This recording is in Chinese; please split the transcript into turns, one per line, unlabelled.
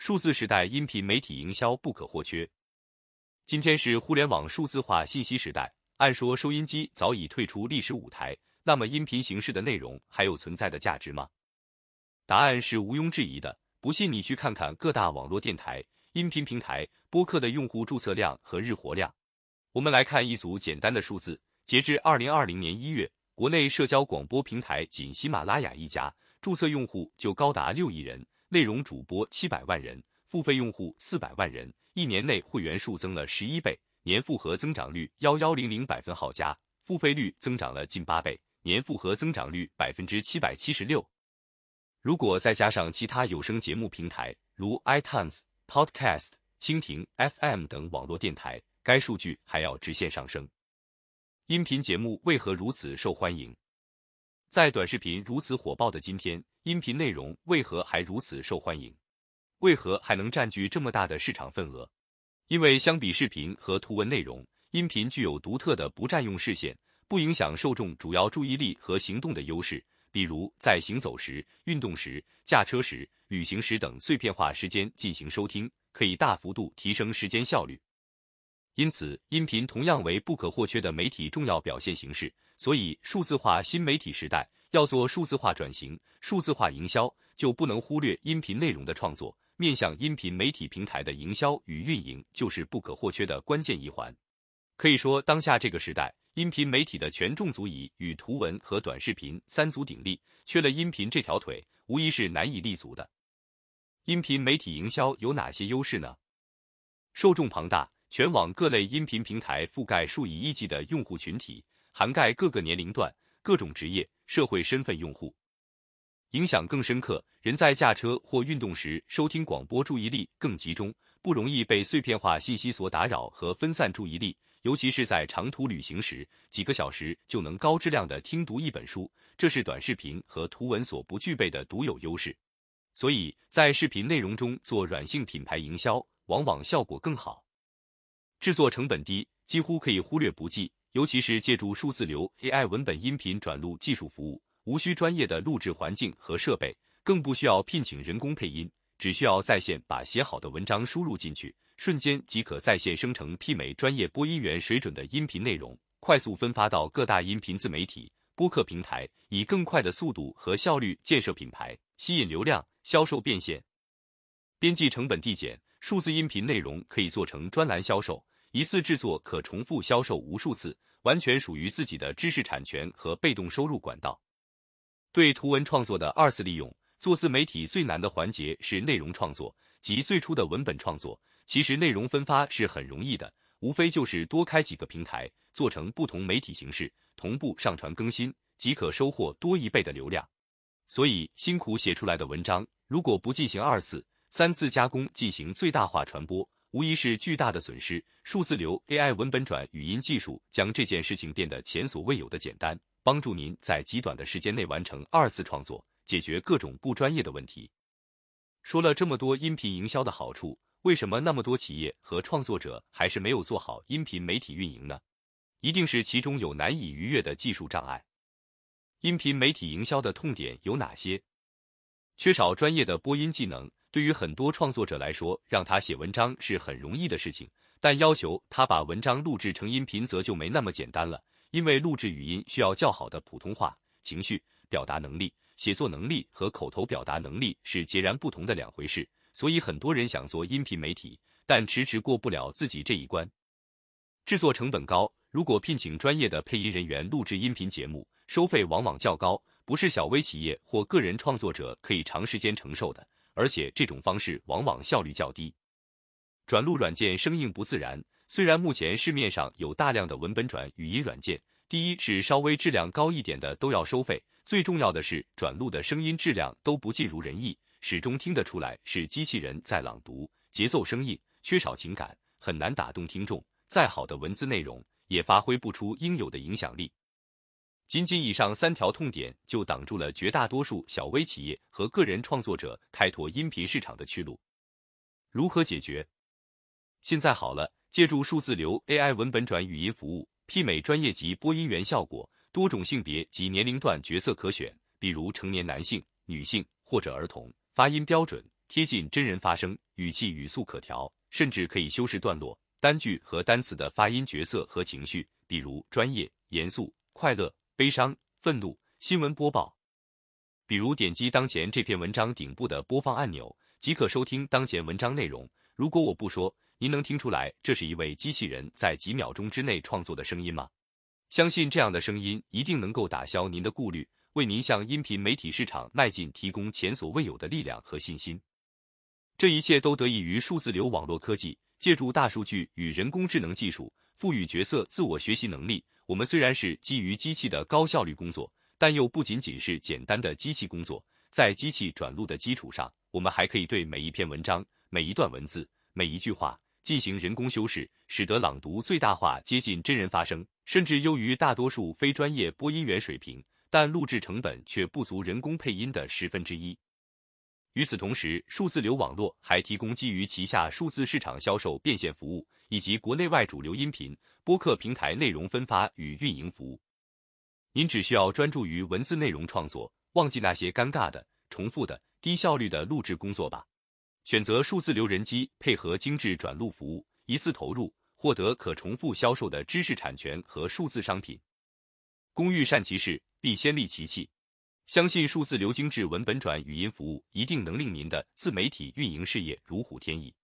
数字时代音频媒体营销不可或缺。今天是互联网数字化信息时代，按说收音机早已退出历史舞台，那么音频形式的内容还有存在的价值吗？答案是毋庸置疑的，不信你去看看各大网络电台、音频平台、播客的用户注册量和日活量。我们来看一组简单的数字，截至2020年1月，国内社交广播平台仅喜马拉雅一家，注册用户就高达6亿人，内容主播700万人，付费用户400万人，一年内会员数增了11倍，年复合增长率1100%好加，付费率增长了近8倍，年复合增长率776%。如果再加上其他有声节目平台，如 iTunes、Podcast、蜻蜓 FM 等网络电台，该数据还要直线上升。音频节目为何如此受欢迎？在短视频如此火爆的今天，音频内容为何还如此受欢迎？为何还能占据这么大的市场份额？因为相比视频和图文内容，音频具有独特的不占用视线、不影响受众主要注意力和行动的优势，比如在行走时、运动时、驾车时、旅行时等碎片化时间进行收听，可以大幅度提升时间效率。因此，音频同样为不可或缺的媒体重要表现形式。所以，数字化新媒体时代要做数字化转型、数字化营销，就不能忽略音频内容的创作。面向音频媒体平台的营销与运营，就是不可或缺的关键一环。可以说，当下这个时代，音频媒体的权重足以与图文和短视频三足鼎立，缺了音频这条腿，无疑是难以立足的。音频媒体营销有哪些优势呢？受众庞大。全网各类音频平台覆盖数以亿计的用户群体，涵盖各个年龄段、各种职业、社会身份用户。影响更深刻，人在驾车或运动时收听广播注意力更集中，不容易被碎片化信息所打扰和分散注意力，尤其是在长途旅行时，几个小时就能高质量地听读一本书，这是短视频和图文所不具备的独有优势。所以，在视频内容中做软性品牌营销，往往效果更好。制作成本低，几乎可以忽略不计，尤其是借助数字流 AI 文本音频转录技术服务，无需专业的录制环境和设备，更不需要聘请人工配音，只需要在线把写好的文章输入进去，瞬间即可在线生成媲美专业播音员水准的音频内容，快速分发到各大音频自媒体、播客平台，以更快的速度和效率建设品牌，吸引流量，销售变现。编辑成本递减，数字音频内容可以做成专栏销售，一次制作可重复销售无数次，完全属于自己的知识产权和被动收入管道。对图文创作的二次利用，做自媒体最难的环节是内容创作，即最初的文本创作。其实内容分发是很容易的，无非就是多开几个平台，做成不同媒体形式，同步上传更新，即可收获多1倍的流量。所以辛苦写出来的文章，如果不进行2次、3次加工进行最大化传播，无疑是巨大的损失。数字流 AI 文本转语音技术将这件事情变得前所未有的简单，帮助您在极短的时间内完成2次创作，解决各种不专业的问题。说了这么多音频营销的好处，为什么那么多企业和创作者还是没有做好音频媒体运营呢？一定是其中有难以逾越的技术障碍。音频媒体营销的痛点有哪些？缺少专业的播音技能。对于很多创作者来说，让他写文章是很容易的事情，但要求他把文章录制成音频则就没那么简单了，因为录制语音需要较好的普通话、情绪表达能力，写作能力和口头表达能力是截然不同的两回事，所以很多人想做音频媒体，但迟迟过不了自己这一关。制作成本高，如果聘请专业的配音人员录制音频节目，收费往往较高，不是小微企业或个人创作者可以长时间承受的。而且这种方式往往效率较低。转录软件生硬不自然，虽然目前市面上有大量的文本转语音软件，第一是稍微质量高一点的都要收费，最重要的是转录的声音质量都不尽如人意，始终听得出来是机器人在朗读，节奏生硬，缺少情感，很难打动听众，再好的文字内容也发挥不出应有的影响力。仅以上3条痛点就挡住了绝大多数小微企业和个人创作者开拓音频市场的去路。如何解决？现在好了，借助数字流 AI 文本转语音服务，媲美专业级播音员效果，多种性别及年龄段角色可选，比如成年男性、女性或者儿童，发音标准、 贴近真人发声，语气语速可调，甚至可以修饰段落、单句和单词的发音、角色和情绪，比如专业、严肃、快乐、悲伤、愤怒、新闻播报。比如点击当前这篇文章顶部的播放按钮，即可收听当前文章内容。如果我不说，您能听出来这是一位机器人在几秒钟之内创作的声音吗？相信这样的声音一定能够打消您的顾虑，为您向音频媒体市场迈进提供前所未有的力量和信心。这一切都得益于数字流网络科技，借助大数据与人工智能技术，赋予角色自我学习能力。我们虽然是基于机器的高效率工作，但又不仅仅是简单的机器工作。在机器转录的基础上，我们还可以对每一篇文章、每一段文字、每一句话进行人工修饰，使得朗读最大化接近真人发声，甚至优于大多数非专业播音员水平，但录制成本却不足人工配音的1/10。与此同时，数字流网络还提供基于旗下数字市场销售变现服务，以及国内外主流音频、播客平台内容分发与运营服务。您只需要专注于文字内容创作，忘记那些尴尬的、重复的、低效率的录制工作吧。选择数字流人机，配合精致转录服务，一次投入，获得可重复销售的知识产权和数字商品。工欲善其事，必先利其器。相信数字流精致文本转语音服务一定能令您的自媒体运营事业如虎添翼。